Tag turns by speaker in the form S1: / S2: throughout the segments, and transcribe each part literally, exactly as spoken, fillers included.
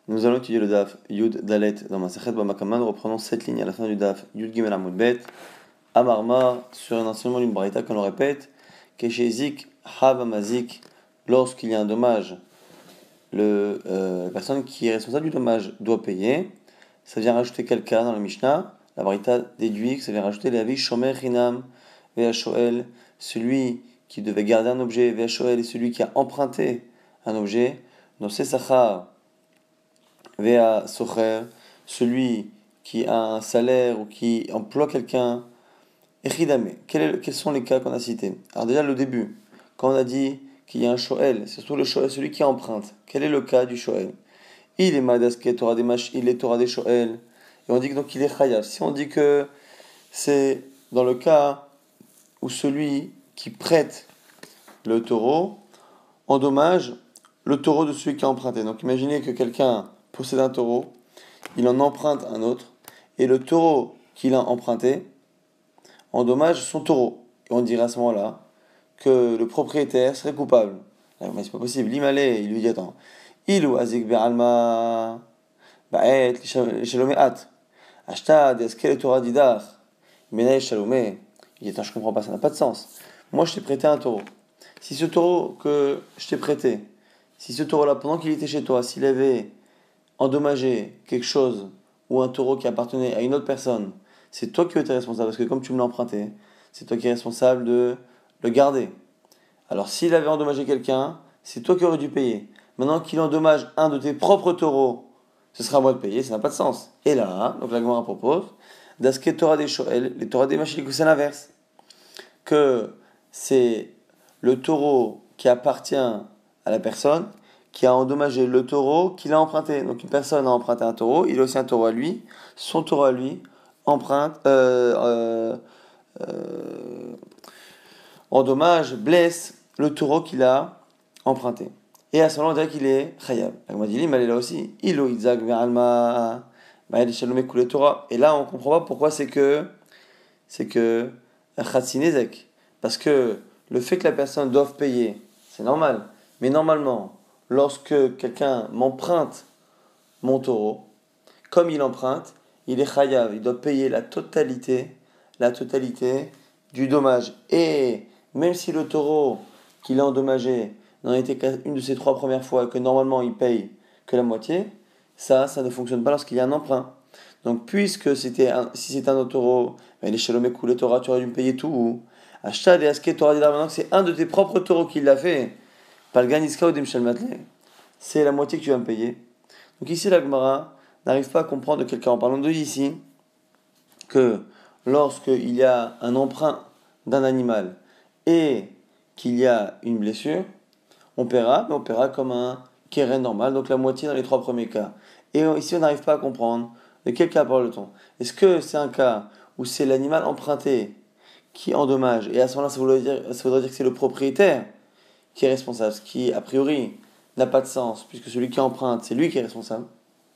S1: Nous allons étudier le daf Yud Dalet dans Masechet Baba Kama. Nous reprenons cette ligne à la fin du daf Yud Gimel Amud Bet. Amarma, sur un enseignement d'une braïta qu'on le répète, Keshezik Hava Mazik, lorsqu'il y a un dommage, le, euh, la personne qui est responsable du dommage doit payer. Ça vient rajouter quelqu'un dans la Mishnah. La braïta déduit que ça vient rajouter les avis Shomer Hinam Vea Shoel, celui qui devait garder un objet, Vea Shoel, et celui qui a emprunté un objet. Donc c'est Sachar. Vea Socher, celui qui a un salaire ou qui emploie quelqu'un. Echidame, quel quels sont les cas qu'on a cités? Alors déjà le début, quand on a dit qu'il y a un shoel, c'est surtout le shoel, celui qui emprunte. Quel est le cas du shoel? Il est madaske Torah des mach, il est Torah des shoel. Et on dit que donc il est chayav. Si on dit que c'est dans le cas où celui qui prête le taureau endommage le taureau de celui qui a emprunté. Donc imaginez que quelqu'un possède un taureau, il en emprunte un autre, et le taureau qu'il a emprunté endommage son taureau. Et on dirait à ce moment-là que le propriétaire serait coupable. Ah, mais c'est pas possible. L'Imalé, il lui dit attends, il ou azik be'alma ba'et l'ishalome'at ashta d'eskel Torah didach menay shalomé. Il dit attends, je comprends pas, ça n'a pas de sens. Moi, je t'ai prêté un taureau. Si ce taureau que je t'ai prêté, si ce taureau-là, pendant qu'il était chez toi, s'il avait endommagé quelque chose ou un taureau qui appartenait à une autre personne, c'est toi qui étais responsable, parce que comme tu me l'as emprunté, c'est toi qui es responsable de le garder. Alors s'il avait endommagé quelqu'un, c'est toi qui aurais dû payer. Maintenant qu'il endommage un de tes propres taureaux, ce sera à moi de payer, ça n'a pas de sens. Et là, donc la Gemara propose, d'asket Torah des Shoel, les Torah des Machilikou, c'est l'inverse. Que c'est le taureau qui appartient à la personne qui a endommagé le taureau qu'il a emprunté. Donc une personne a emprunté un taureau, il a aussi un taureau à lui, son taureau à lui emprunte, euh, euh, euh, endommage, blesse le taureau qu'il a emprunté. Et à ce moment-là, on dirait qu'il est chayav. On dit, il est là aussi. Ilo itzag ve'alma ma'el shalom kule Torah. Et là, on comprend pas pourquoi c'est que c'est que chatzinezek. Parce que le fait que la personne doive payer, c'est normal. Mais normalement, lorsque quelqu'un m'emprunte mon taureau, comme il emprunte, il est chayav, il doit payer la totalité, la totalité du dommage. Et même si le taureau qu'il a endommagé n'en était qu'une de ses trois premières fois et que normalement il paye que la moitié, ça, ça ne fonctionne pas lorsqu'il y a un emprunt. Donc puisque c'était un, si c'était un autre taureau, les shalomekou, le Torah, tu aurais dû me payer tout. Achetad et Aske, Torah, maintenant que c'est un de tes propres taureaux qui l'a fait, pas le Ganiska ou Dimshel Matle, c'est la moitié que tu vas me payer. Donc ici, la Gemara n'arrive pas à comprendre de quelqu'un en parlant de ici que lorsqu'il y a un emprunt d'un animal et qu'il y a une blessure, on paiera, mais on paiera comme un keren normal, donc la moitié dans les trois premiers cas. Et ici, on n'arrive pas à comprendre de quel cas parle-t-on. Est-ce que c'est un cas où c'est l'animal emprunté qui endommage, et à ce moment-là, ça voudrait dire, ça voudrait dire que c'est le propriétaire qui est responsable, ce qui, a priori, n'a pas de sens, puisque celui qui emprunte, c'est lui qui est responsable.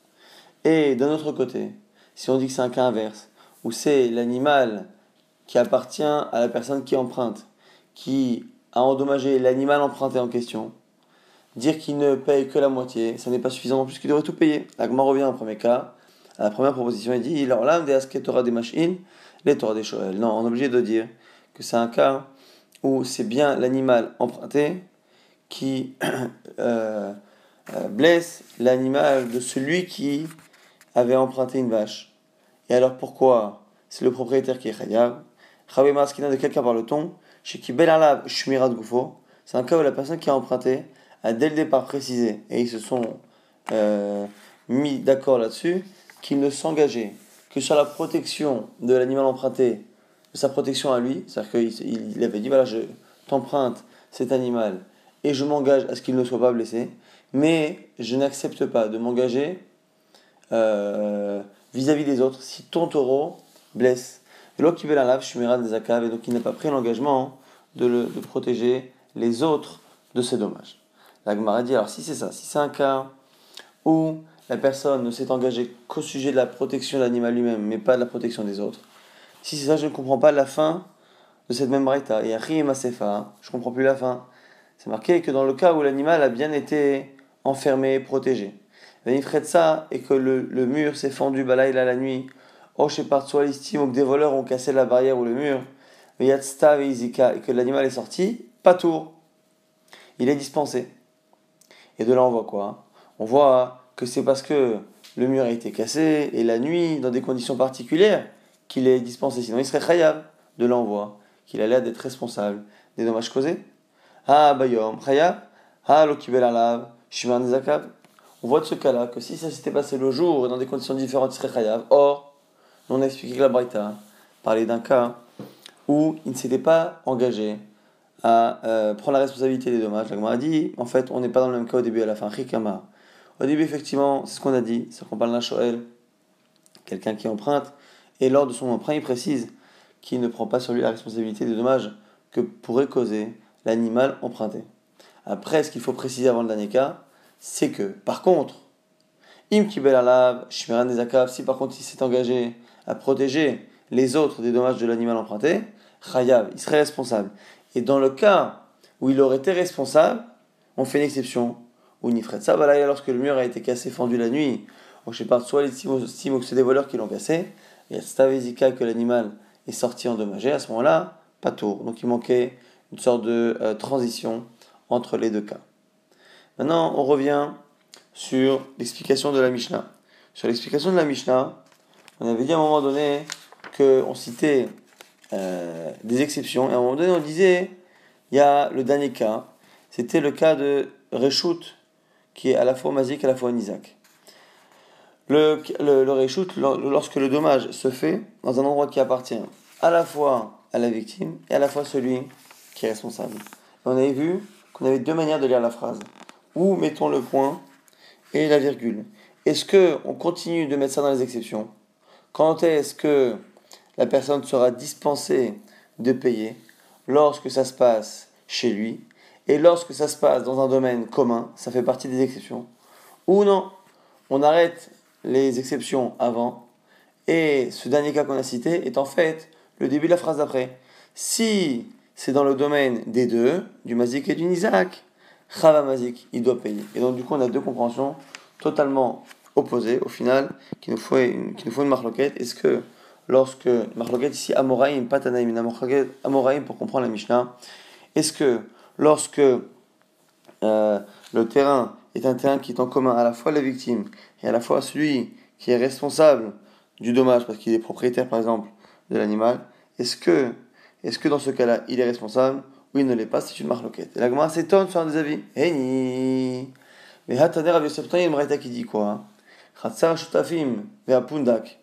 S1: Et d'un autre côté, si on dit que c'est un cas inverse, où c'est l'animal qui appartient à la personne qui emprunte, qui a endommagé l'animal emprunté en question, dire qu'il ne paye que la moitié, ça n'est pas suffisant puisqu'il devrait tout payer. L'agma revient au premier cas, à la première proposition, il dit alors là, des asket Torah des machines, les Torah des shoel. Non, on est obligé de dire que c'est un cas où c'est bien l'animal emprunté qui euh, euh, blesse l'animal de celui qui avait emprunté une vache. Et alors pourquoi c'est le propriétaire qui est chayav? Chavé Maskina, de quel cas parle-t-on? Chez qui bel alav shmirat gufo. C'est un cas où la personne qui a emprunté a dès le départ précisé, et ils se sont euh, mis d'accord là-dessus, qu'ils ne s'engageaient que sur la protection de l'animal emprunté, de sa protection à lui. C'est-à-dire qu'il il avait dit voilà, je t'emprunte cet animal et je m'engage à ce qu'il ne soit pas blessé, mais je n'accepte pas de m'engager euh, vis-à-vis des autres si ton taureau blesse. Et l'autre qui veut la lave, Shumira des Akav, et donc il n'a pas pris l'engagement de, le, de protéger les autres de ces dommages. La Gemara dit alors si c'est ça, si c'est un cas où la personne ne s'est engagée qu'au sujet de la protection de l'animal lui-même, mais pas de la protection des autres, si c'est ça, je ne comprends pas la fin de cette même braïta. Et Achi et Masefa, je ne comprends plus la fin. C'est marqué que dans le cas où l'animal a bien été enfermé, protégé, Venifretsa, et que le, le mur s'est fendu balaïla la nuit, oh chez soit l'estime ou que des voleurs ont cassé la barrière ou le mur, Veyatsta veizika, et que l'animal est sorti, pas tour. Il est dispensé. Et de là on voit quoi? On voit que c'est parce que le mur a été cassé et la nuit, dans des conditions particulières, qu'il est dispensé. Sinon il serait chayav. De là on voit qu'il a l'air d'être responsable des dommages causés. Ah bayom, chayav. Ah lokibel alav, shivan nezakav. On voit de ce cas-là que si ça s'était passé le jour et dans des conditions différentes, il serait chayav. Or, on a expliqué que la Braïta parlait d'un cas où il ne s'était pas engagé à euh, prendre la responsabilité des dommages. La Gemara a dit, en fait, on n'est pas dans le même cas au début et à la fin. Rikama. Au début, effectivement, c'est ce qu'on a dit, c'est qu'on parle d'un shoel, quelqu'un qui emprunte, et lors de son emprunt, il précise qu'il ne prend pas sur lui la responsabilité des dommages que pourrait causer l'animal emprunté. Après, ce qu'il faut préciser avant le dernier cas, c'est que, par contre, Im kibel alav, shmiran des akav, si par contre il s'est engagé à protéger les autres des dommages de l'animal emprunté, chayav, il serait responsable. Et dans le cas où il aurait été responsable, on fait une exception. Ou nifret ça, voilà, lorsque le mur a été cassé, fendu la nuit, ou je sais pas, soit les stimo que c'est des voleurs qui l'ont cassé, il y a stavezika que l'animal est sorti endommagé, à ce moment-là, pas tour. Donc il manquait une sorte de euh, transition entre les deux cas. Maintenant, on revient sur l'explication de la Mishnah. Sur l'explication de la Mishnah, on avait dit à un moment donné qu'on citait euh, des exceptions, et à un moment donné on disait, il y a le dernier cas, c'était le cas de Reshut, qui est à la fois Mazik et à la fois Nizak. Le, le, le Reshut, lorsque le dommage se fait dans un endroit qui appartient à la fois à la victime et à la fois celui qui est responsable. Et on avait vu qu'on avait deux manières de lire la phrase. Où mettons le point et la virgule. Est-ce qu'on continue de mettre ça dans les exceptions? Quand est-ce que la personne sera dispensée de payer? Lorsque ça se passe chez lui. Et lorsque ça se passe dans un domaine commun, ça fait partie des exceptions. Ou non, on arrête les exceptions avant. Et ce dernier cas qu'on a cité est en fait le début de la phrase d'après. Si c'est dans le domaine des deux, du Mazik et du Nizak, Chava Mazik, il doit payer. Et donc du coup on a deux compréhensions totalement opposées au final, qui nous faut une, qui nous faut une marloquette. Est-ce que lorsque, marloquette ici, Amoraïm, pas Tanaïm, une Amoraïm pour comprendre la Mishnah, est-ce que lorsque euh, le terrain est un terrain qui est en commun à la fois la victime et à la fois celui qui est responsable du dommage, parce qu'il est propriétaire par exemple de l'animal, est-ce que, est-ce que dans ce cas-là il est responsable ou il ne l'est pas? C'est une marloquette. Et la Gemara s'étonne sur un des avis. Héni. Mais Hataner Rav Yosef, il y a une braïta qui dit quoi? Chatzar shutafim ve'apundak.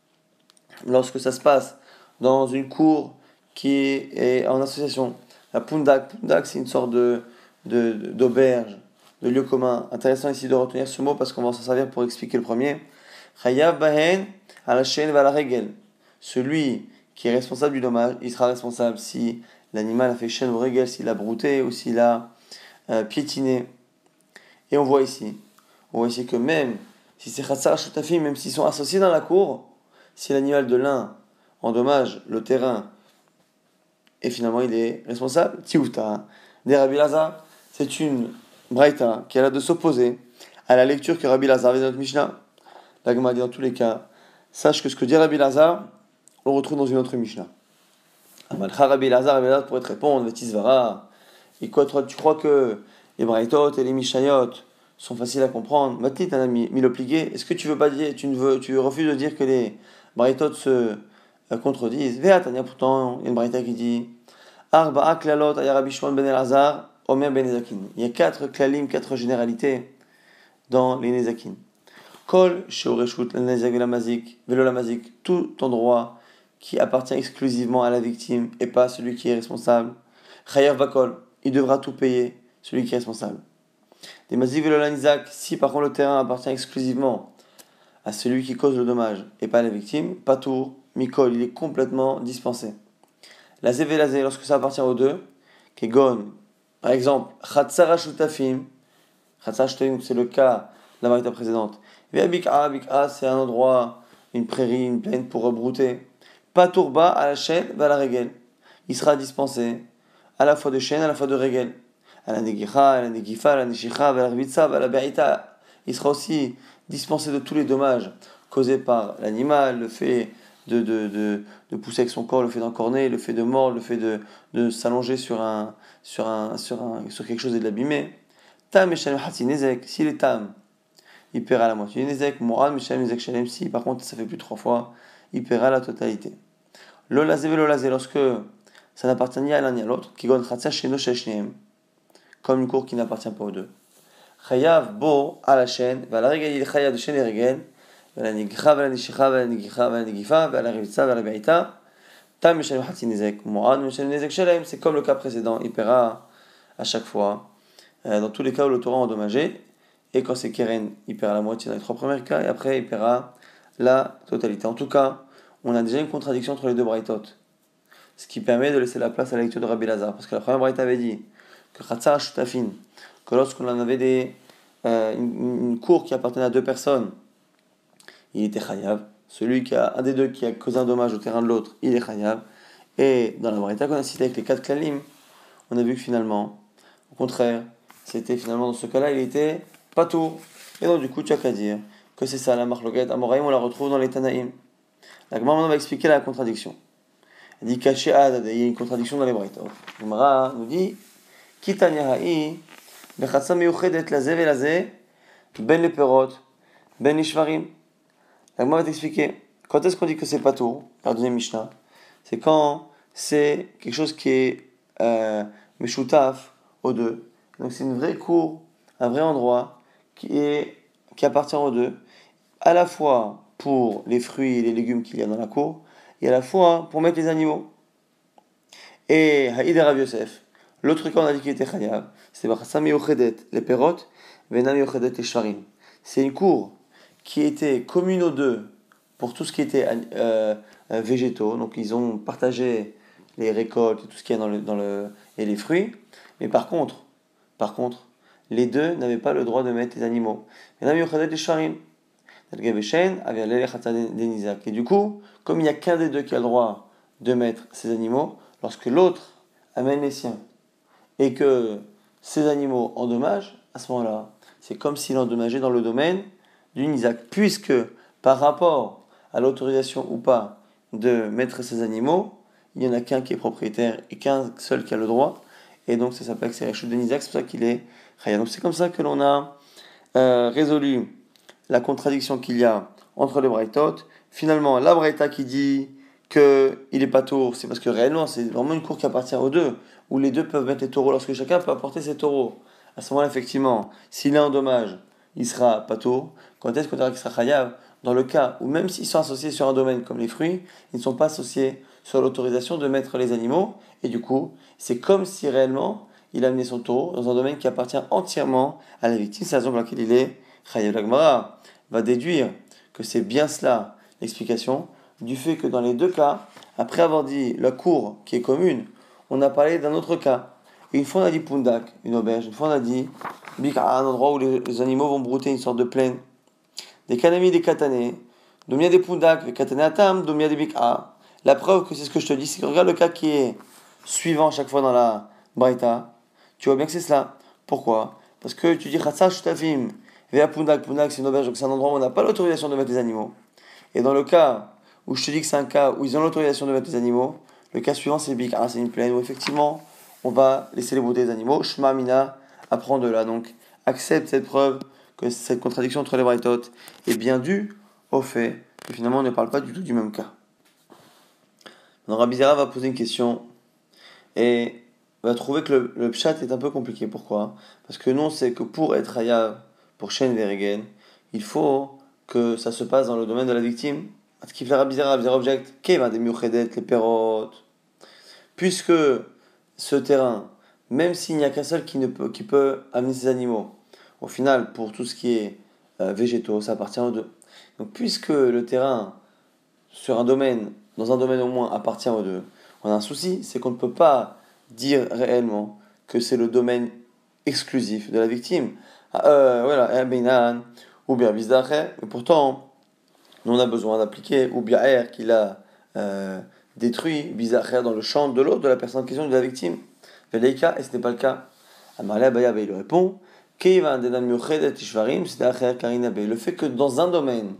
S1: Lorsque ça se passe dans une cour qui est en association, la pundak, pundak c'est une sorte de, de, d'auberge, de lieu commun. Intéressant ici de retenir ce mot parce qu'on va s'en servir pour expliquer le premier. Chayav bahen ala shen vala regel. Celui qui est responsable du dommage, il sera responsable si l'animal a fait shen ou regel, s'il a brouté ou s'il a euh, piétiné. Et on voit ici, on voit ici que même si c'est chatzar shutafim, même s'ils sont associés dans la cour, si l'animal de l'un endommage le terrain et finalement il est responsable, tiouta, des Rabbi Lazar, c'est une braïta qui a l'air de s'opposer à la lecture que Rabbi Lazar avait dans notre Mishnah. La Gemara dit dans tous les cas, sache que ce que dit Rabbi Lazar, on le retrouve dans une autre Mishnah. Amalcha Rabbi Lazar, Rabbi Lazar pourrait te répondre, Vetisvara, et quoi, toi, tu crois que les braïtot et les Mishnayot sont faciles à comprendre? Matit, un ami, milopligué, est-ce que tu veux pas dire, tu ne veux, tu refuses de dire que les braïtot se euh, contredisent? Véa, Tania, pourtant, il y a une braïta qui dit, Arba'a klalot aya Rabbi Shimon ben Elazar, Omer ben Nezakin. Il y a quatre klalim, quatre généralités dans les Nezakin. Kol sheoreshut la nezak vela mazik, velo la mazik, tout endroit qui appartient exclusivement à la victime et pas celui qui est responsable. Chayav bakol, il devra tout payer, celui qui est responsable. Des mazik velo la nizak, si par contre le terrain appartient exclusivement à celui qui cause le dommage et pas à la victime, patour, mikol, il est complètement dispensé. La zé la zé, lorsque ça appartient aux deux, kegon, par exemple, chatzara shutafim, chatzara shutafim, c'est le cas de la marita précédente. Via bik'a, bik'a, c'est un endroit, une prairie, une plaine pour rebrouter. Patourba à la chaîne, à la régel. Il sera dispensé à la fois de chaîne, à la fois de régel. À la negicha, à la negifa, à la neshicha, à la rbitsa, à la be'ita. il sera aussi dispensé de tous les dommages causés par l'animal, le fait de, de, de, de pousser avec son corps, le fait d'encorner, le fait de mordre, le fait de, de s'allonger sur, un, sur, un, sur, un, sur quelque chose et de l'abîmer. Tam Meshalem Hatsi Nezek, s'il est tam, il paiera la moitié. Nezek, Mourad Meshalem Nezek Shalem, si par contre ça fait plus de trois fois, il paiera la totalité. Lolazé velolazé, lorsque ça n'appartient ni à l'un ni à l'autre, qui gon Khatsa Sheno Sheshneem, comme une cour qui n'appartient pas aux deux. Chayav bo à la chaîne, va la régler il chayav de chaîne et régel, va la nigcha, va la nishicha, va la nigicha, va la nigifa, va la rivitsa, va la beita. Tam Meshalem Hatsi Nezek, Mourad Meshalem Nezek Shalem, c'est comme le cas précédent, il paiera à chaque fois. Dans tous les cas où le Torah est endommagé, et quand c'est Keren, il paiera la moitié dans les trois premiers cas, et après il paiera la totalité. En tout cas, on a déjà une contradiction entre les deux braïtot, ce qui permet de laisser la place à la lecture de Rabbi Lazar, parce que la première braïta avait dit que Khatsar Shutafin, que lorsqu'on en avait des, euh, une, une cour qui appartenait à deux personnes, il était Chayav. Celui qui a un des deux qui a causé un dommage au terrain de l'autre, il est Chayav. Et dans la braïta qu'on a cité avec les quatre klalim, on a vu que finalement, au contraire, c'était finalement dans ce cas-là, il était patour. Et donc du coup, tu as qu'à dire que c'est ça la marloquette Amoraïm, on la retrouve dans les Tanaïm. La Gemara maintenant va expliquer la contradiction. Elle dit caché ad, il y a une contradiction dans les braïtot. La Gemara nous dit Kitanya ha'i bechatsa meyuchedet lazé ve lazé ben leperot ben ishvarim. La Gemara va t'expliquer quand est-ce qu'on dit que c'est patour, la deuxième Mishnah, c'est quand c'est quelque chose qui est euh, meshutaf aux deux. Donc c'est une vraie cour, un vrai endroit qui, est, qui appartient aux deux, à la fois pour les fruits et les légumes qu'il y a dans la cour, et à la fois pour mettre les animaux. Et Haïd et Rav Yosef, l'autre cas on a dit qu'il était chayav, c'est Bachasam Yochedet, les perot, Venam Yochedet et Shvarim. C'est une cour qui était commune aux deux pour tout ce qui était euh, euh, végétaux, donc ils ont partagé les récoltes et tout ce qu'il y a dans le, dans le, et les fruits, mais par contre, Par contre, les deux n'avaient pas le droit de mettre les animaux. Et du coup, comme il n'y a qu'un des deux qui a le droit de mettre ses animaux, lorsque l'autre amène les siens et que ces animaux endommagent, à ce moment-là, c'est comme s'il endommageait dans le domaine du Nizak, puisque par rapport à l'autorisation ou pas de mettre ces animaux, il n'y en a qu'un qui est propriétaire et qu'un seul qui a le droit. Et donc ça s'appelle que c'est Réchut de Nizak, c'est pour ça qu'il est Chaya. Donc c'est comme ça que l'on a euh, résolu la contradiction qu'il y a entre les braïtot. Finalement, la braïta qui dit qu'il n'est pas tour, c'est parce que réellement c'est vraiment une cour qui appartient aux deux, où les deux peuvent mettre les taureaux lorsque chacun peut apporter ses taureaux. À ce moment-là, effectivement, s'il est en dommage, il sera pas tour. Quand est-ce qu'on dira qu'il sera chayav? Dans le cas où même s'ils sont associés sur un domaine comme les fruits, ils ne sont pas associés sur l'autorisation de mettre les animaux, et du coup, c'est comme si réellement il a amené son taureau dans un domaine qui appartient entièrement à la victime. C'est la raison pour laquelle il est chayav. La Gemara va déduire que c'est bien cela l'explication du fait que dans les deux cas, après avoir dit la cour qui est commune, on a parlé d'un autre cas. Et une fois on a dit pundak, une auberge, une fois on a dit bika, un endroit où les, les animaux vont brouter une sorte de plaine. Des kanami, des katané, domia des pundak, des katané atam, domia des bika. La preuve que c'est ce que je te dis, c'est que regarde le cas qui est suivant à chaque fois dans la braïta. Tu vois bien que c'est cela. Pourquoi? Parce que tu dis Khatsa Shtafim, Vea Pundak, Pundak c'est une auberge, donc c'est un endroit où on n'a pas l'autorisation de mettre les animaux. Et dans le cas où je te dis que c'est un cas où ils ont l'autorisation de mettre les animaux, le cas suivant c'est Bik, ah, c'est une plaine où effectivement on va laisser les brouter les animaux. Shma Mina apprend de là. Donc accepte cette preuve que cette contradiction entre les braïtot est bien due au fait que finalement on ne parle pas du tout du même cas. Donc Rabbi Zera va poser une question et va trouver que le, le pshat est un peu compliqué. Pourquoi? Parce que nous on sait que pour être hayav, pour Shen Veregen, il faut que ça se passe dans le domaine de la victime. Ce qui fait Rabbi Zera, Rabbi Zera objecte, qu'est-ce des miuchedet, les pérotes? Puisque ce terrain, même s'il n'y a qu'un seul qui, ne peut, qui peut amener ses animaux, au final, pour tout ce qui est euh, végétaux, ça appartient aux deux. Donc puisque le terrain, sur un domaine, dans un domaine au moins, appartient aux deux, on a un souci, c'est qu'on ne peut pas dire réellement que c'est le domaine exclusif de la victime. Ah, euh, voilà, Beinan, ou bien Bizdacher, et pourtant, nous on a besoin d'appliquer, ou bien R qu'il a euh, détruit, Bizdacher dans le champ de l'autre, de la personne en question, de la victime. Veleika, et ce n'est pas le cas. Amarle Abaya, il répond, Le fait que dans un domaine,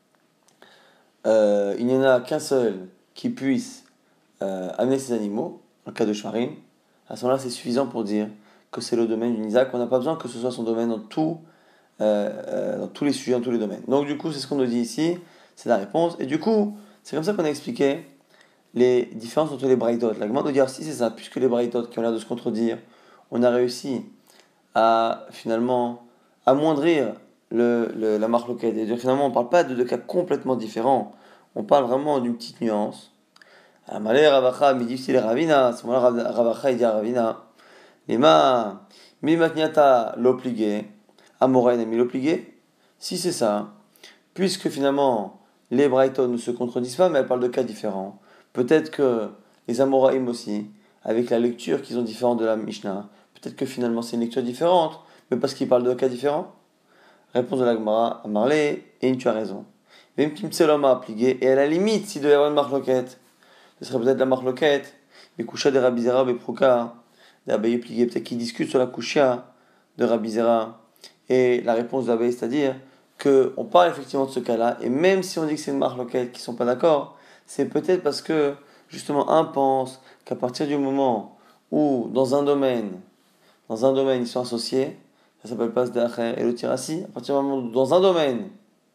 S1: euh, il n'y en a qu'un seul qui puisse euh, amener ses animaux, en cas de shvarim, à ce moment-là, c'est suffisant pour dire que c'est le domaine du Nizak. On n'a pas besoin que ce soit son domaine dans, tout, euh, euh, dans tous les sujets, dans tous les domaines. Donc, du coup, c'est ce qu'on nous dit ici, c'est la réponse. Et du coup, c'est comme ça qu'on a expliqué les différences entre les braïtot. La Gemara nous dit, si c'est ça, puisque les braïtot qui ont l'air de se contredire, on a réussi à finalement amoindrir le, le, la marloquette. Et dire, finalement, on ne parle pas de deux cas complètement différents, on parle vraiment d'une petite nuance. Amalé Ravacha, mi difficile Ravina, à ce moment-là, Ravacha il dit à Ravina, Lema, mi matniata l'obligé, Amoraine mi l'obligé. Si c'est ça, puisque finalement les Brighton ne se contredisent pas, mais elles parlent de cas différents, peut-être que les Amoraïm aussi, avec la lecture qu'ils ont différente de la Mishnah, peut-être que finalement c'est une lecture différente, mais parce qu'ils parlent de cas différents. Réponse de la Gemara, Amarlé, et tu as raison. Même Kim Tseloma appliqué, et à la limite, s'il devait y avoir une marloquette, ce serait peut-être la marloquette, mais Kusha de Rabbi Zera, Bepruka, d'Abaye plié, peut-être qu'ils discutent sur la Kusha de Rabbi Zera, et la réponse de l'Abaye, c'est-à-dire qu'on parle effectivement de ce cas-là, et même si on dit que c'est une marloquette qui ne sont pas d'accord, c'est peut-être parce que, justement, un pense qu'à partir du moment où, dans un domaine, dans un domaine, ils sont associés, ça s'appelle pas Sdacher et le Tirasi, à partir du moment où, dans un domaine,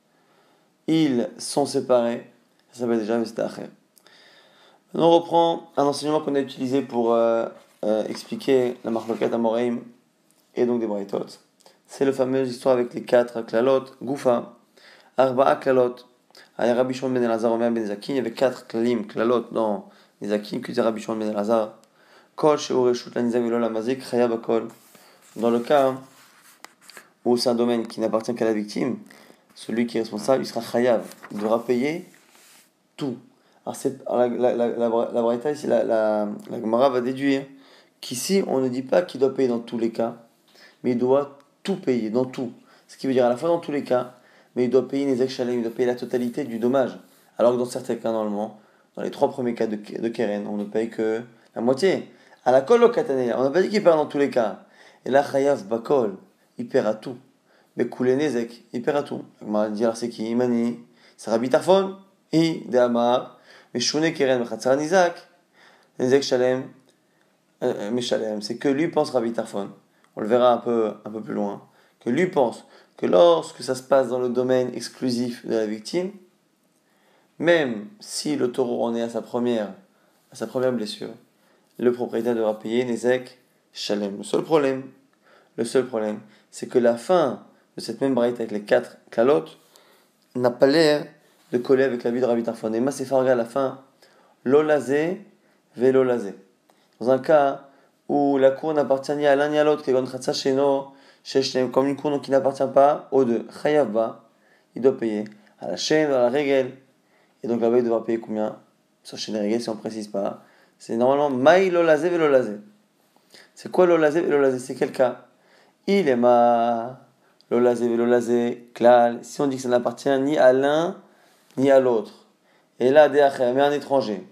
S1: ils sont séparés, ça s'appelle déjà Sdacher. On reprend un enseignement qu'on a utilisé pour euh, euh, expliquer la marloquette Amoraim et donc des Braithot. C'est la fameuse histoire avec les quatre klalot, Goufa, Arba'a klalot, Aya Rabbi Shimon ben Elazar, Omer ben Zakin, il y avait quatre klalim, klalot dans les Zakin, que disait Rabbi Shimon ben Elazar. Kol she'oreshut l'anizak velo lamazik, chaya bakol. Dans le cas où c'est un domaine qui n'appartient qu'à la victime, celui qui est responsable, il sera chayav, il devra payer tout. Alors, c'est, alors la, la, la, la, la Braïta ici, la, la, la Gemara va déduire qu'ici, on ne dit pas qu'il doit payer dans tous les cas, mais il doit tout payer, dans tout. Ce qui veut dire à la fois dans tous les cas, mais il doit payer les ex-chalem, il doit payer la totalité du dommage. Alors que dans certains cas, normalement, dans les trois premiers cas de, de Keren, on ne paye que la moitié. À la kol katanea, on n'a pas dit qu'il perd dans tous les cas. Et là, chayav bakol, il perd à tout. Mais koulé nezek, il perd à tout. La Gemara dit, alors c'est qui Imani, c'est Rabbi Tarfon, I, de Amar, mais Shouné Keren Mechatzar Nizak, Nizek Shalem, Meshalem, c'est que lui pense Rabbi Tarfon, on le verra un peu, un peu plus loin, que lui pense que lorsque ça se passe dans le domaine exclusif de la victime, même si le taureau en est à sa première, à sa première blessure, le propriétaire devra payer Nizek Shalem. Le seul problème, le seul problème, c'est que la fin de cette même braïta avec les quatre calottes n'a pas l'air de coller avec la vie de Rabbi Tarfon. Et ma c'est farga à la fin, l'olazé, velolazé. Dans un cas où la cour n'appartient ni à l'un ni à l'autre, comme une cour qui n'appartient pas aux deux, chayavba, il doit payer à la chaîne, à la règle. Et donc là-bas, il devra payer combien sur chaîne et règle, si on ne précise pas. C'est normalement maï l'olazé, velolazé. C'est quoi l'olazé, velolazé? C'est quel cas? Il est ma l'olazé, velolazé, klal. Si on dit que ça n'appartient ni à l'un ni à l'autre. Et là, mais un étranger.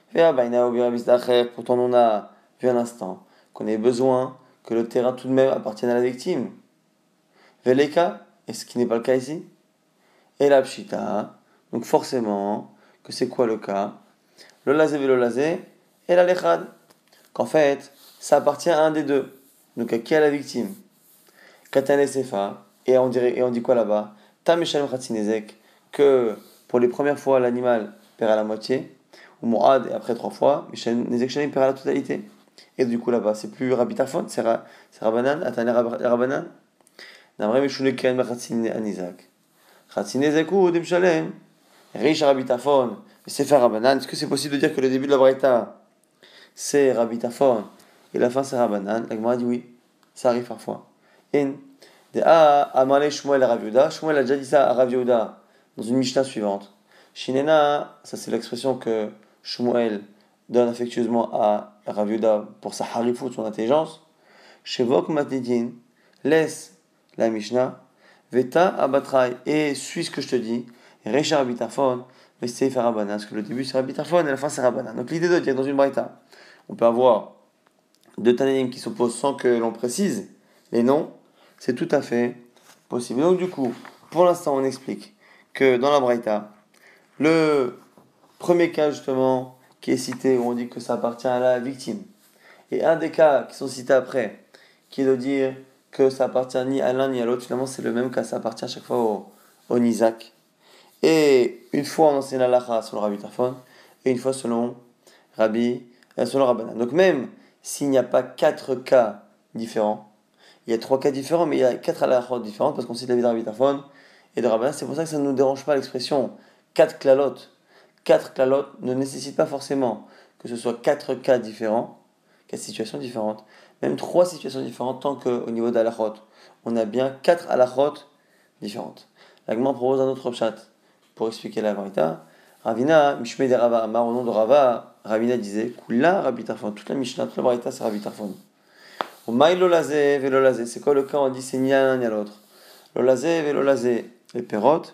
S1: Pourtant, on a vu à l'instant qu'on ait besoin que le terrain tout de même appartienne à la victime. Veleka, et ce qui n'est pas le cas ici. Et la pshita, donc forcément, que c'est quoi le cas? Le lazé ve le lazé et la lechad. Qu'en fait, ça appartient à un des deux. Donc à qui? À la victime. Katane sefa, et on, dirait, et on dit quoi là-bas? Tam eshalem chatzinezek, que pour les premières fois, l'animal perd à la moitié, ou Mourad, et après trois fois, Nezek Shalim perd à la totalité. Et du coup, là-bas, c'est plus Rabbi Tarfon, c'est Ra, Rabbanan, Atane Rabbanan. Namre Meshune Ken Mechatzin Anizak. Chatzinezek ou Dem Shalem. Riche Rabbi Tarfon, mais c'est faire Rabbanan. Est-ce que c'est possible de dire que le début de la Braïta, c'est Rabbi Tarfon, et la fin c'est Rabbanan? La Gemara dit oui, ça arrive parfois. In. De A, Amale Shmuel à Rav Yehuda. Shmuel a déjà dit ça à Rav Yehuda dans une Mishnah suivante. Shinena, ça c'est l'expression que Shmuel donne affectueusement à Rav Yehuda pour sa harifout, son intelligence. Shevok matidin, laisse la Mishnah, veta abatrai, et suis ce que je te dis, recha Rabbi Tarfon, mais c'est faire Rabbanan, parce que le début c'est Rabbi Tarfon et la fin c'est Rabbanan. Donc l'idée de dire dans une braïta, on peut avoir deux Tanaïm qui s'opposent sans que l'on précise les noms. c'est tout à fait possible. Donc du coup, pour l'instant, on explique que dans la Braïta, le premier cas justement qui est cité, où on dit que ça appartient à la victime, et un des cas qui sont cités après, qui est de dire que ça appartient ni à l'un ni à l'autre, finalement c'est le même cas, ça appartient à chaque fois au, au Nizak. Et une fois on enseigne la lacha selon Rabbi Tarfon, et une fois selon Rabbi, euh, selon Rabbanan. Donc même s'il n'y a pas quatre cas différents, il y a trois cas différents, mais il y a quatre halachot différentes, parce qu'on cite la vie de Rabbi Tarfon et de Rabbanan. C'est pour ça que ça ne nous dérange pas l'expression quatre klalotes. Quatre klalotes ne nécessite pas forcément que ce soit quatre cas différents, quatre situations différentes, même trois situations différentes, tant qu'au niveau d'halachot, on a bien quatre halachot différentes. L'agma propose un autre chat pour expliquer la vérité. Ravina, Mishme de Rava Amar, au nom de Rava, Ravina disait Kula Rabbi Tarfon, toute la Mishnah, toute la Braïta, c'est Rabbi Tarfon. Ou Maï Lolazé, Velolazé, c'est quoi le cas? On dit c'est ni à l'un ni à l'autre. Lolazé, Velolazé, les pérotes,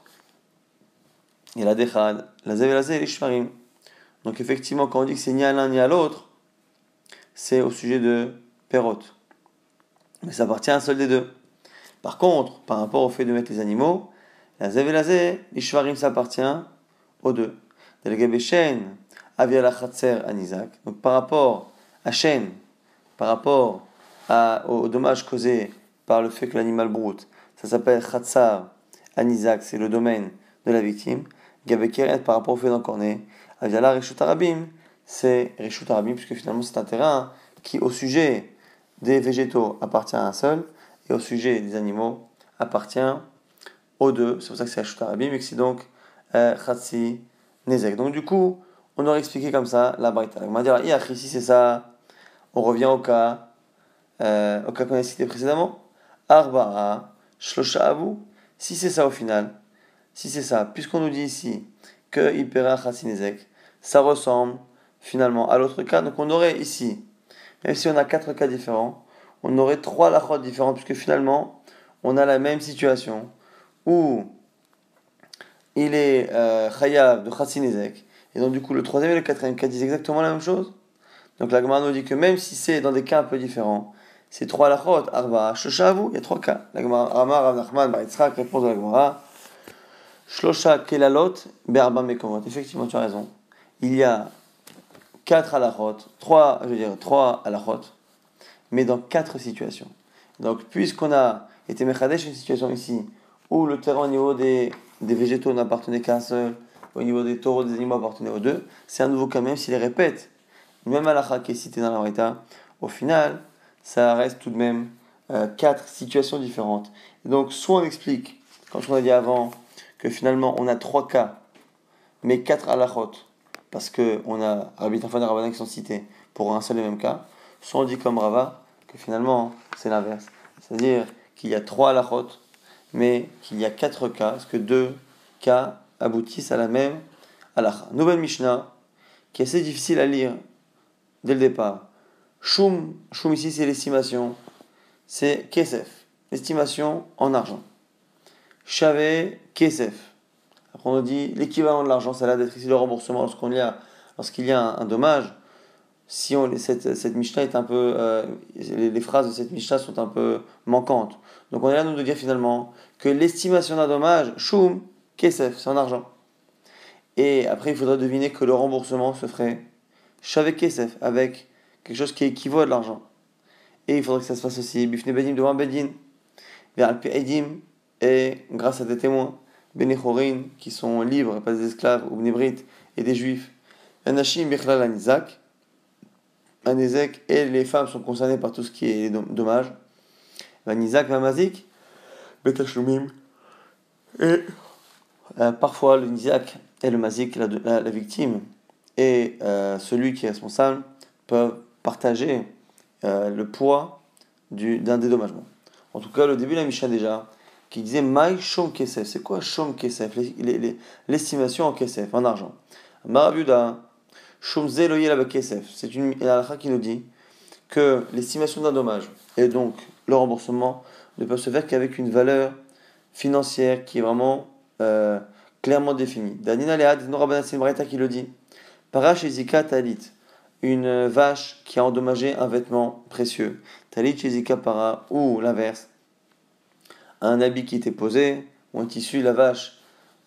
S1: et la Dechad, Lazé, Velazé, les Shmarim. Donc effectivement, quand on dit que c'est ni à l'un ni à l'autre, c'est au sujet de pérotes. Mais ça appartient à un seul des deux. Par contre, par rapport au fait de mettre les animaux, Lazé, Velazé, les Shmarim, ça appartient aux deux. Delgabé Shen, Avia la Khatser, Anizak. Donc par rapport à Shen, par rapport à, au, au dommage causé par le fait que l'animal broute, ça s'appelle Khatsar, Anizak, c'est le domaine de la victime. Gabé Keret, par rapport au fait d'encorner, Avia la Rishut Arabim, c'est Rishut Arabim, puisque finalement c'est un terrain qui, au sujet des végétaux, appartient à un seul, et au sujet des animaux, appartient aux deux. C'est pour ça que c'est Rishut Arabim, et que c'est donc Khatsi Nezek. Donc du coup, on aurait expliqué comme ça la Braïta. On va dire, si c'est ça, on revient au cas, euh, au cas qu'on a cité précédemment. Arba'a, Shlosha Avu. Si c'est ça au final, si c'est ça, puisqu'on nous dit ici que Ipera Khatsi Nezek, ça ressemble finalement à l'autre cas. Donc on aurait ici, même si on a quatre cas différents, on aurait trois lachot différents, puisque finalement, on a la même situation où il est chayav de Khatsi Nezek. Et donc du coup, le troisième et le quatrième cas disent exactement la même chose. Donc la Gemara nous dit que même si c'est dans des cas un peu différents, c'est trois lachot, arba, shoshavu, il y a trois cas. La Gemara, Rama, Rav Nachman, Bar Yitzchak, réponse de la Gemara, shlosha kelalot, be'arba mekomot. Effectivement, tu as raison. Il y a quatre halachot, trois, je veux dire, trois halachot, mais dans quatre situations. Donc, puisqu'on a été mechadesh une situation ici, où le terrain au niveau des, des végétaux n'appartenait qu'à un seul, au niveau des taureaux, des animaux appartenait aux deux, c'est un nouveau cas, même s'il les répète, même halakha qui est cité dans la Braïta, au final, ça reste tout de même euh, quatre situations différentes. Et donc, soit on explique, comme on a dit avant, que finalement on a trois cas, mais quatre halachot, parce qu'on a Rabbi Tarfon et Rabbanan qui sont cités pour un seul et même cas, soit on dit comme Rava, que finalement c'est l'inverse. C'est-à-dire qu'il y a trois halachot, mais qu'il y a quatre cas, parce que deux cas aboutissent à la même halakha. Nouvelle Mishnah, qui est assez difficile à lire dès le départ. Shum, Shum ici c'est l'estimation, c'est Kesef, l'estimation en argent. Shave, Kesef. Après on nous dit l'équivalent de l'argent, ça a l'air d'être ici le remboursement lorsqu'on y a, lorsqu'il y a un, un dommage. Si on, cette, cette Mishnah est un peu, euh, les, les phrases de cette Mishnah sont un peu manquantes. Donc on est là nous de dire finalement que l'estimation d'un dommage, Shum, Kesef, c'est en argent. Et après il faudrait deviner que le remboursement se ferait Shave Kesef, avec quelque chose qui équivaut à de l'argent. Et il faudrait que ça se fasse aussi Bifne Bedim devant un Bedin, vers Alpi Edim, et grâce à des témoins, Benechorin, qui sont libres et pas des esclaves, ou Bnebrit, et des juifs, Anashim Bichlal Anizak, Anizek, et les femmes sont concernées par tout ce qui est dommage. Anizak, Mamazik, Betachlumim, et euh, parfois le Nizak et le Mazik, la, la, la victime, et euh, celui qui est responsable peuvent partager euh, le poids du, d'un dédommagement. En tout cas, le début de la Mishnah déjà, qui disait Maï Shom Kesef. C'est quoi Shom Kesef? les, les, L'estimation en Kesef, en argent. Marabuda, Shom Zeloye la Kesef. C'est une halakha qui nous dit que l'estimation d'un dommage et donc le remboursement ne peuvent se faire qu'avec une valeur financière qui est vraiment euh, clairement définie. Danina Lead, Norabanan Simbraita qui le dit. Parash Ezika Talit, une vache qui a endommagé un vêtement précieux. Talit Ezika Para, ou l'inverse. un habit qui était posé, ou un tissu, la vache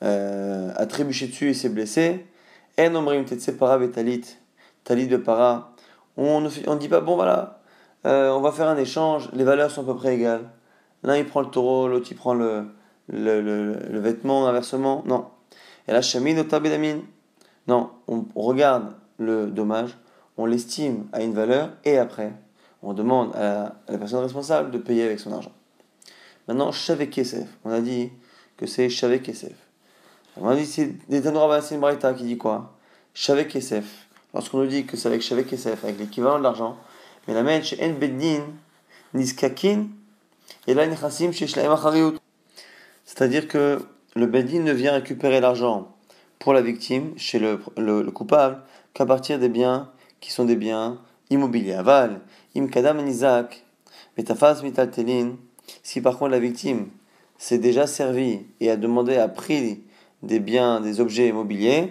S1: euh, a trébuché dessus et s'est blessé, en omrim tetse para talit, talit de para, on ne on dit pas, bon voilà, euh, on va faire un échange, les valeurs sont à peu près égales. L'un il prend le taureau, l'autre il prend le, le, le, le vêtement, inversement. Non. Et la chamine au bédamine. Non, on, on regarde le dommage, on l'estime à une valeur et après, on demande à la, à la personne responsable de payer avec son argent. Maintenant, Shavek Kesef. On a dit que c'est Shavek Kesef. On a dit c'est des Tanoura, c'est une Braïta qui dit quoi? Shavek Kesef. Lorsqu'on nous dit que c'est avec Shavek Kesef, avec l'équivalent de l'argent, mais la mène chez En Beddin, Niskakin, et là, Nechassim chez Shlaim Achariout. C'est-à-dire que le Beddin ne vient récupérer l'argent pour la victime, chez le, le, le coupable, qu'à partir des biens qui sont des biens immobiliers. Aval, Im Kadam Nizak, Metafaz Mitaltelin. Si par contre la victime s'est déjà servie et a demandé, a pris des biens, des objets immobiliers,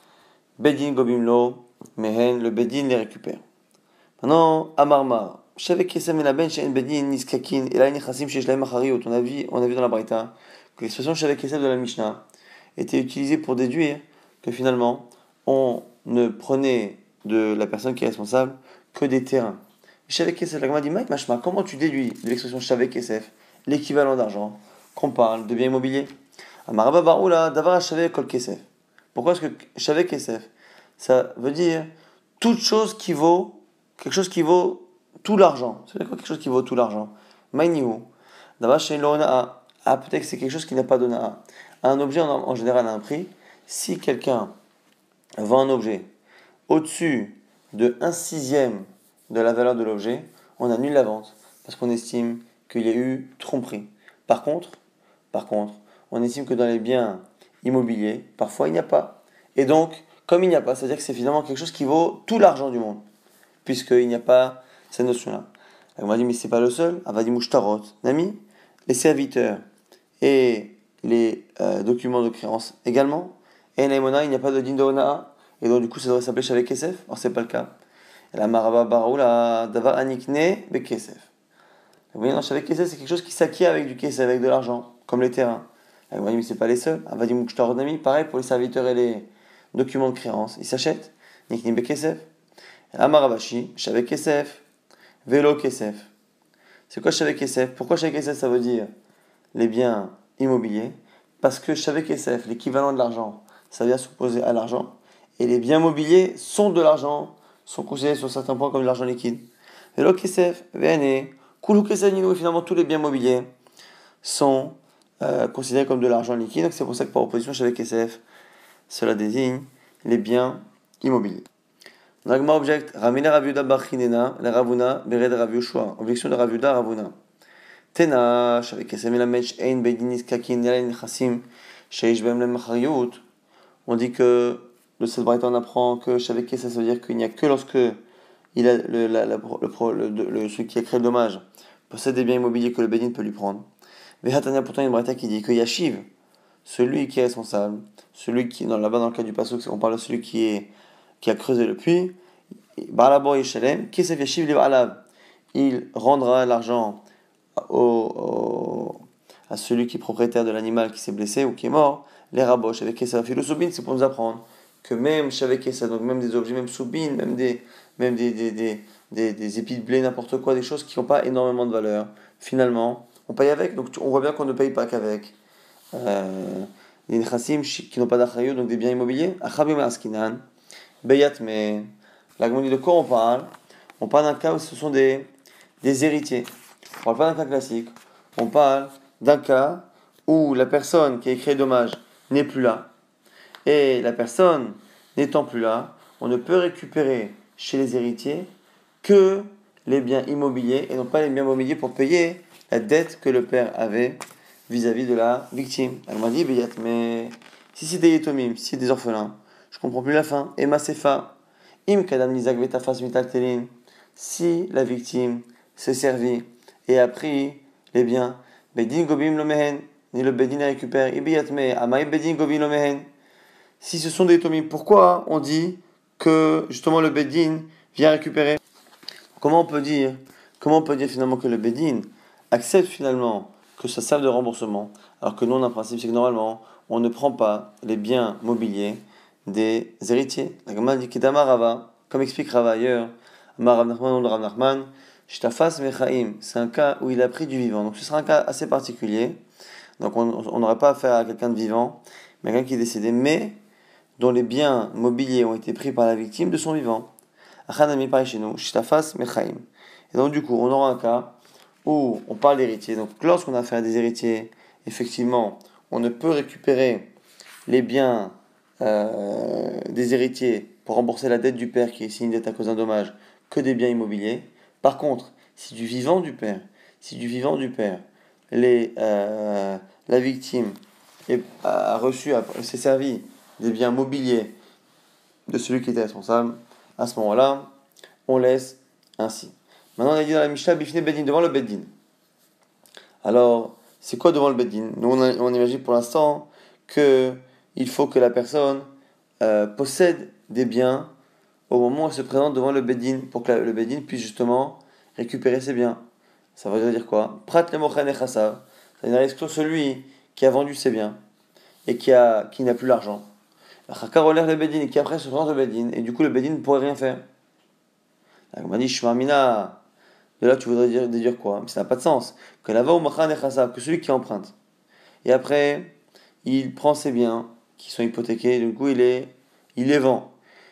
S1: Beddin Gobimlo, Mehen, le Beddin les récupère. Maintenant, Amarmar. Shavek Kesem et la ben chez Beddin Niskakin et la Nechassim chez Shlaim Achariout. On a vu, on a vu dans la Braïta que l'expression Shavek Kesem de la Mishnah était utilisée pour déduire que finalement, on ne prenait de la personne qui est responsable que des terrains. Shavek Kesef, la Gemara dit, Maïk Mashma, comment tu déduis de l'expression Shavek Kesef l'équivalent d'argent qu'on parle de biens immobiliers? Amaraba Baroula, Davar Shavek Kol Kesef. Pourquoi est-ce que Shavek Kesef, ça veut dire toute chose qui vaut, quelque chose qui vaut tout l'argent. C'est quoi quelque chose qui vaut tout l'argent? Maïnihu. Davar Shein Lo Na'a. Ah, peut-être que c'est quelque chose qui n'a pas de Na'a. Un objet en, en général a un prix. Si quelqu'un vend un objet au-dessus de un sixième de la valeur de l'objet, on annule la vente parce qu'on estime qu'il y a eu tromperie. Par contre, par contre, on estime que dans les biens immobiliers, parfois il n'y a pas. Et donc, comme il n'y a pas, c'est-à-dire que c'est finalement quelque chose qui vaut tout l'argent du monde, puisqu'il n'y a pas cette notion-là. On m'a dit, mais c'est pas le seul. On va dire, mouchtarot, nami, les serviteurs et les euh, documents de créance également. Et l'aimona, il n'y a pas de din de onaa. Et donc, du coup, ça devrait s'appeler Shavek Kesef. Or, c'est pas le cas. Et la maraba baroula, davar anikne be Kesef. Vous voyez, dans Shavek Kesef, c'est quelque chose qui s'acquiert avec du Kesef, avec de l'argent, comme les terrains. On m'a dit, mais c'est pas les seuls. On va dire, mouchtarot, nami, pareil pour les serviteurs et les documents de créance. Ils s'achètent. Nikne be Kesef. Amarabashi, Shavek Kesef. Vélo Kesef. C'est quoi Shavek Kesef? Pourquoi Shavek Kesef ça veut dire les biens immobiliers? Parce que Shavek Kesef, l'équivalent de l'argent, ça vient s'opposer à l'argent. Et les biens mobiliers sont de l'argent, sont considérés sur certains points comme de l'argent liquide. Vélo Kesef, V N E, Koulou Kesef Nino, finalement tous les biens mobiliers sont euh, considérés comme de l'argent liquide. Donc c'est pour ça que par opposition Shavek Kesef, cela désigne les biens immobiliers. Nagma object, Ramina Raviuda Bachinena, la Ravuna, Bered Raviushua. Objection de Raviuda Ravuna. Tena, Shavek Kesef la Mech, Ein Bedinis Kakin, Yalen Chassim, Sheish Bem le Machariut. On dit que de cette braïta on apprend que Shavek Kesef ça veut dire qu'il n'y a que lorsque il a le, la, la, le, le, le, le, celui qui a créé le dommage possède des biens immobiliers que le Bedin peut lui prendre. Vehatania pourtant une braïta qui dit que Yashiv, celui qui est responsable, celui qui, non, là-bas dans le cas du Passouk, on parle de celui qui est qui a creusé le puits, il rendra l'argent au, au, à celui qui est propriétaire de l'animal qui s'est blessé ou qui est mort. Les raboches avec Kessa Philosobine, c'est pour nous apprendre que même avec Kessa, donc même des objets, même soubine, même des, même des, des, des, des, des épis de blé, n'importe quoi, des choses qui n'ont pas énormément de valeur, finalement, on paye avec. Donc on voit bien qu'on ne paye pas qu'avec. Euh, les nechassim qui n'ont pas d'achayot, donc des biens immobiliers. Achabim askinan. Beyat, mais la dit de quoi on parle? On parle d'un cas où ce sont des, des héritiers. On parle pas d'un cas classique. On parle d'un cas où la personne qui a créé le dommage n'est plus là. Et la personne n'étant plus là, on ne peut récupérer chez les héritiers que les biens immobiliers et non pas les biens immobiliers pour payer la dette que le père avait vis-à-vis de la victime. Elle m'a dit, Beyat, mais si c'est des yetomim, si c'est des orphelins, je comprends plus la fin. Emma Sefa. Im kadam nizak vetafas mitaltelin. Si la victime s'est servie et a pris les biens, bedin gobim lomehen. Ni le bedin les récupère. Ibiyatme. Amaï bedin gobim lomehen. Si ce sont des tomim, pourquoi on dit que justement le bedin vient récupérer? Comment on peut dire, comment on peut dire finalement que le bedin accepte finalement que ça serve de remboursement. Alors que nous, on a un principe, c'est que normalement, on ne prend pas les biens mobiliers des héritiers. La Gemara dit Kedama Rava, comme explique Rava ailleurs, Amar Rav Nachman, nom de Rav Nachman, Shtafas Mechaim, c'est un cas où il a pris du vivant. Donc ce sera un cas assez particulier. Donc on n'aurait pas affaire à quelqu'un de vivant, mais à quelqu'un qui est décédé, mais dont les biens mobiliers ont été pris par la victime de son vivant. Achanami pareil chez nous, Shtafas Mechaim. Et donc du coup, on aura un cas où on parle d'héritiers. Donc lorsqu'on a affaire à des héritiers, effectivement, on ne peut récupérer les biens euh, des héritiers pour rembourser la dette du père qui est ici une dette à cause d'un dommage que des biens immobiliers. Par contre, si du vivant du père, si du vivant du père, les, euh, la victime est, a reçu, a, s'est servi des biens mobiliers de celui qui était responsable, à ce moment-là, on laisse ainsi. Maintenant, on a dit dans la Mishnah, Bifne Bedin, devant le Bedin. Alors, c'est quoi devant le Bedin? Nous, on, a, on imagine pour l'instant qu'il faut que la personne euh, possède des biens au moment où elle se présente devant le Bedin, pour que la, le Bedin puisse justement récupérer ses biens. Ça veut dire quoi? Prat le mochen echasav. Ça veut dire exclure celui qui a vendu ses biens et qui, a, qui n'a plus l'argent. Chakar olère le Bedin et qui après se présente au Bedin, et du coup le Bedin ne pourrait rien faire. On m'a dit Shmamina. De là, tu voudrais dire, dire quoi? Mais ça n'a pas de sens. Que là-bas, que celui qui emprunte. Et après, il prend ses biens qui sont hypothéqués, du coup, il les, il les vend.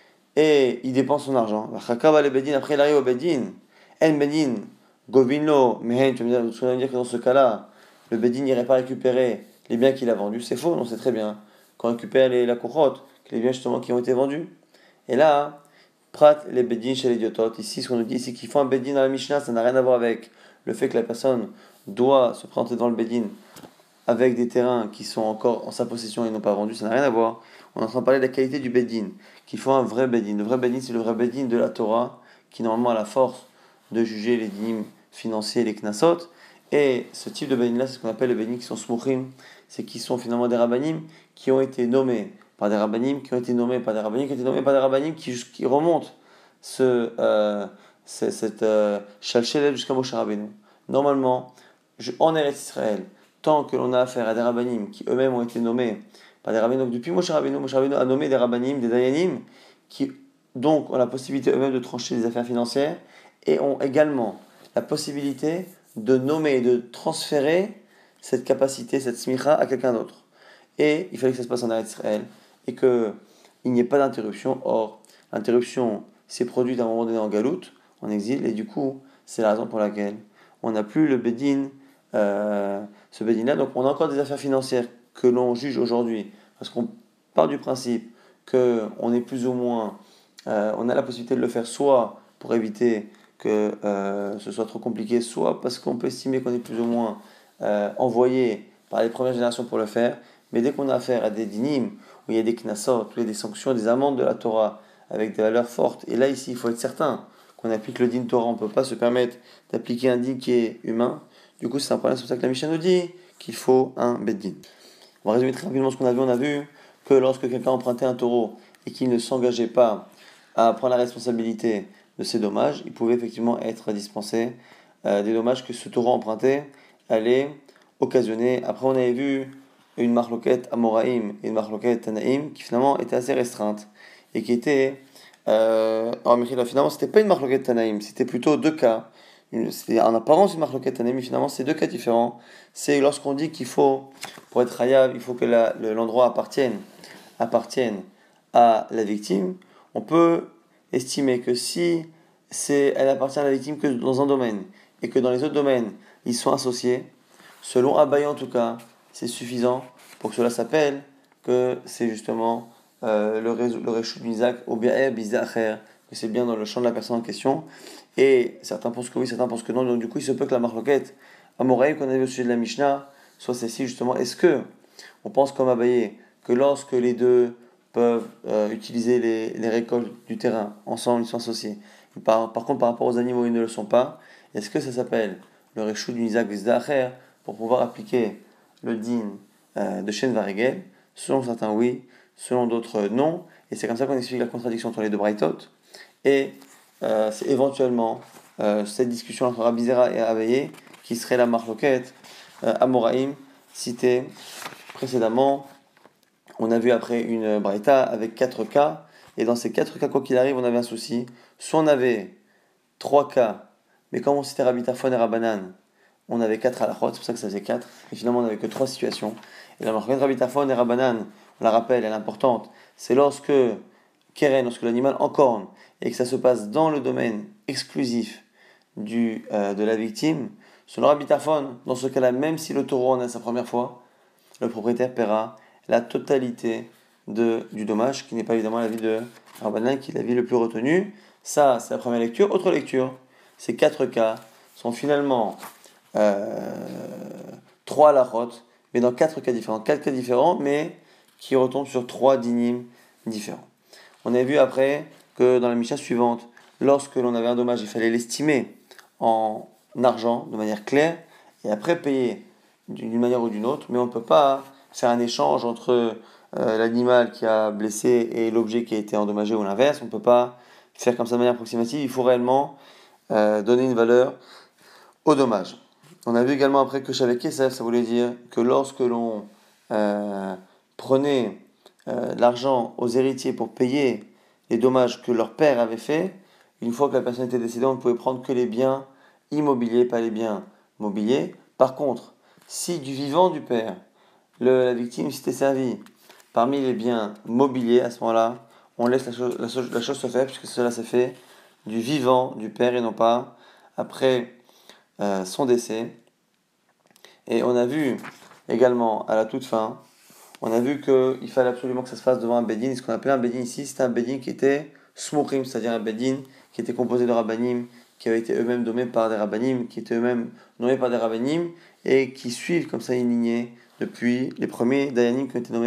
S1: Et il dépense son argent. Après, il arrive au Bedin. El Bedin, Govinlo, Mehen, tu vas me dire que dans ce cas-là, le Bedin n'irait pas récupérer les biens qu'il a vendus. C'est faux, on sait très bien. Quand on récupère les, la courrotte, les biens justement qui ont été vendus. Et là, Prat les bedin chez les idiototes. Ici, ce qu'on nous dit, c'est qu'il faut un bedin dans la Mishnah, ça n'a rien à voir avec le fait que la personne doit se présenter dans le bedin avec des terrains qui sont encore en sa possession et non pas vendus, ça n'a rien à voir. On est en train de parler de la qualité du bedin, qu'il faut un vrai bedin. Le vrai bedin, c'est le vrai bedin de la Torah, qui normalement a la force de juger les dynimes financiers, les knasot. Et ce type de bedin-là, c'est ce qu'on appelle les bedin qui sont smuchim, c'est qui sont finalement des rabbanim qui ont été nommés par des rabbanim, qui ont été nommés par des rabbanim, qui ont été nommés par des rabbanim qui, qui remontent ce, euh, ce, cette chalchelet euh, jusqu'à Moshe Rabbeinu. Normalement, je, en Eretz Israël, tant que l'on a affaire à des rabbanim qui eux-mêmes ont été nommés par des rabbanim, donc depuis Moshe Rabbeinu, Moshe Rabbeinu a nommé des rabbanim, des dayanim, qui donc ont la possibilité eux-mêmes de trancher des affaires financières et ont également la possibilité de nommer et de transférer cette capacité, cette smicha à quelqu'un d'autre. Et il fallait que ça se passe en Eretz Israël et qu'il n'y ait pas d'interruption. Or, l'interruption s'est produite à un moment donné en Galoute, en exil, et du coup, c'est la raison pour laquelle on n'a plus le Bedin, euh, ce Bedin-là. Donc, on a encore des affaires financières que l'on juge aujourd'hui, parce qu'on part du principe qu'on est plus ou moins, euh, on a la possibilité de le faire soit pour éviter que euh, ce soit trop compliqué, soit parce qu'on peut estimer qu'on est plus ou moins euh, envoyé par les premières générations pour le faire. Mais dès qu'on a affaire à des dynimes, où il y a des knassot, où il y a des sanctions, des amendes de la Torah, avec des valeurs fortes, et là ici il faut être certain qu'on applique le din Torah, on ne peut pas se permettre d'appliquer un din qui est humain. Du coup c'est un problème, c'est pour ça que la Mishnah nous dit qu'il faut un beddin. On va résumer très rapidement ce qu'on a vu. On a vu que lorsque quelqu'un empruntait un taureau et qu'il ne s'engageait pas à prendre la responsabilité de ces dommages, il pouvait effectivement être dispensé euh, des dommages que ce taureau emprunté allait occasionner. Après on avait vu une marloquette Amoraïm et une marloquette Tanaïm qui finalement était assez restreinte et qui était euh, en Mechila, finalement c'était pas une marloquette Tanaïm, c'était plutôt deux cas. C'était en apparence une marloquette Tanaïm, mais finalement c'est deux cas différents. C'est lorsqu'on dit qu'il faut, pour être hayav, il faut que la, le, l'endroit appartienne, appartienne à la victime. On peut estimer que si c'est, elle appartient à la victime que dans un domaine et que dans les autres domaines ils sont associés, selon Abaye en tout cas, c'est suffisant pour que cela s'appelle que c'est justement euh, le, le réchou d'Isaac ou bien bizacher, que c'est bien dans le champ de la personne en question. Et certains pensent que oui, certains pensent que non. Donc du coup, il se peut que la marloquette Amoraïm qu'on avait au sujet de la Mishnah soit celle-ci justement. Est-ce que on pense comme Abaye que lorsque les deux peuvent euh, utiliser les, les récoltes du terrain ensemble, ils sont associés. Par, par contre, par rapport aux animaux, ils ne le sont pas. Est-ce que ça s'appelle le réchou d'Isaac bizacher pour pouvoir appliquer le din euh, de Shen Varigel? Selon certains, oui. Selon d'autres, non. Et c'est comme ça qu'on explique la contradiction entre les deux braïtot. Et euh, c'est éventuellement euh, cette discussion entre Rabbi Zera et Abaye qui serait la marloquette euh, Amoraïm cités précédemment. On a vu après une braïta avec quatre cas, et dans ces quatre cas, quoi qu'il arrive, on avait un souci. Soit on avait trois cas, mais comme on citait Rabbi Tarfon et Rabbanan, on avait quatre halachot, c'est pour ça que ça faisait quatre, et finalement on n'avait que trois situations. Et la marquette Rabbi Tarfon et Rabbanan, on la rappelle, elle est importante, c'est lorsque Keren, lorsque l'animal encorne, et que ça se passe dans le domaine exclusif du, euh, de la victime. Selon Rabbi Tarfon, dans ce cas-là, même si le taureau en est sa première fois, le propriétaire paiera la totalité de, du dommage, qui n'est pas évidemment l'avis de Rabbanan, qui est l'avis le plus retenu. Ça, c'est la première lecture. Autre lecture, ces quatre cas sont finalement euh, trois halachot, mais dans quatre cas différents. Quatre cas différents, mais qui retombent sur trois dynimes différents. On a vu après que dans la Mishnah suivante, lorsque l'on avait un dommage, il fallait l'estimer en argent, de manière claire, et après payer d'une manière ou d'une autre, mais on ne peut pas faire un échange entre euh, l'animal qui a blessé et l'objet qui a été endommagé ou l'inverse. On ne peut pas faire comme ça de manière approximative. Il faut réellement euh, donner une valeur au dommage. On a vu également après que Shavek Kesef, ça voulait dire que lorsque l'on euh, prenait euh, l'argent aux héritiers pour payer les dommages que leur père avait fait, une fois que la personne était décédée, on ne pouvait prendre que les biens immobiliers, pas les biens mobiliers. Par contre, si du vivant du père, le, la victime s'était servie parmi les biens mobiliers, à ce moment-là, on laisse la chose, la, chose, la chose se faire, puisque cela s'est fait du vivant du père et non pas après euh, son décès. Et on a vu également, à la toute fin, on a vu qu'il fallait absolument que ça se fasse devant un bedin. Ce qu'on appelait un bedin ici, c'était un bedin qui était smurim, c'est-à-dire un bedin qui était composé de rabbanim, qui avaient été eux-mêmes nommés par des rabbanim, qui étaient eux-mêmes nommés par des rabbanim, et qui suivent comme ça une lignée depuis les premiers dayanim qui ont été nommés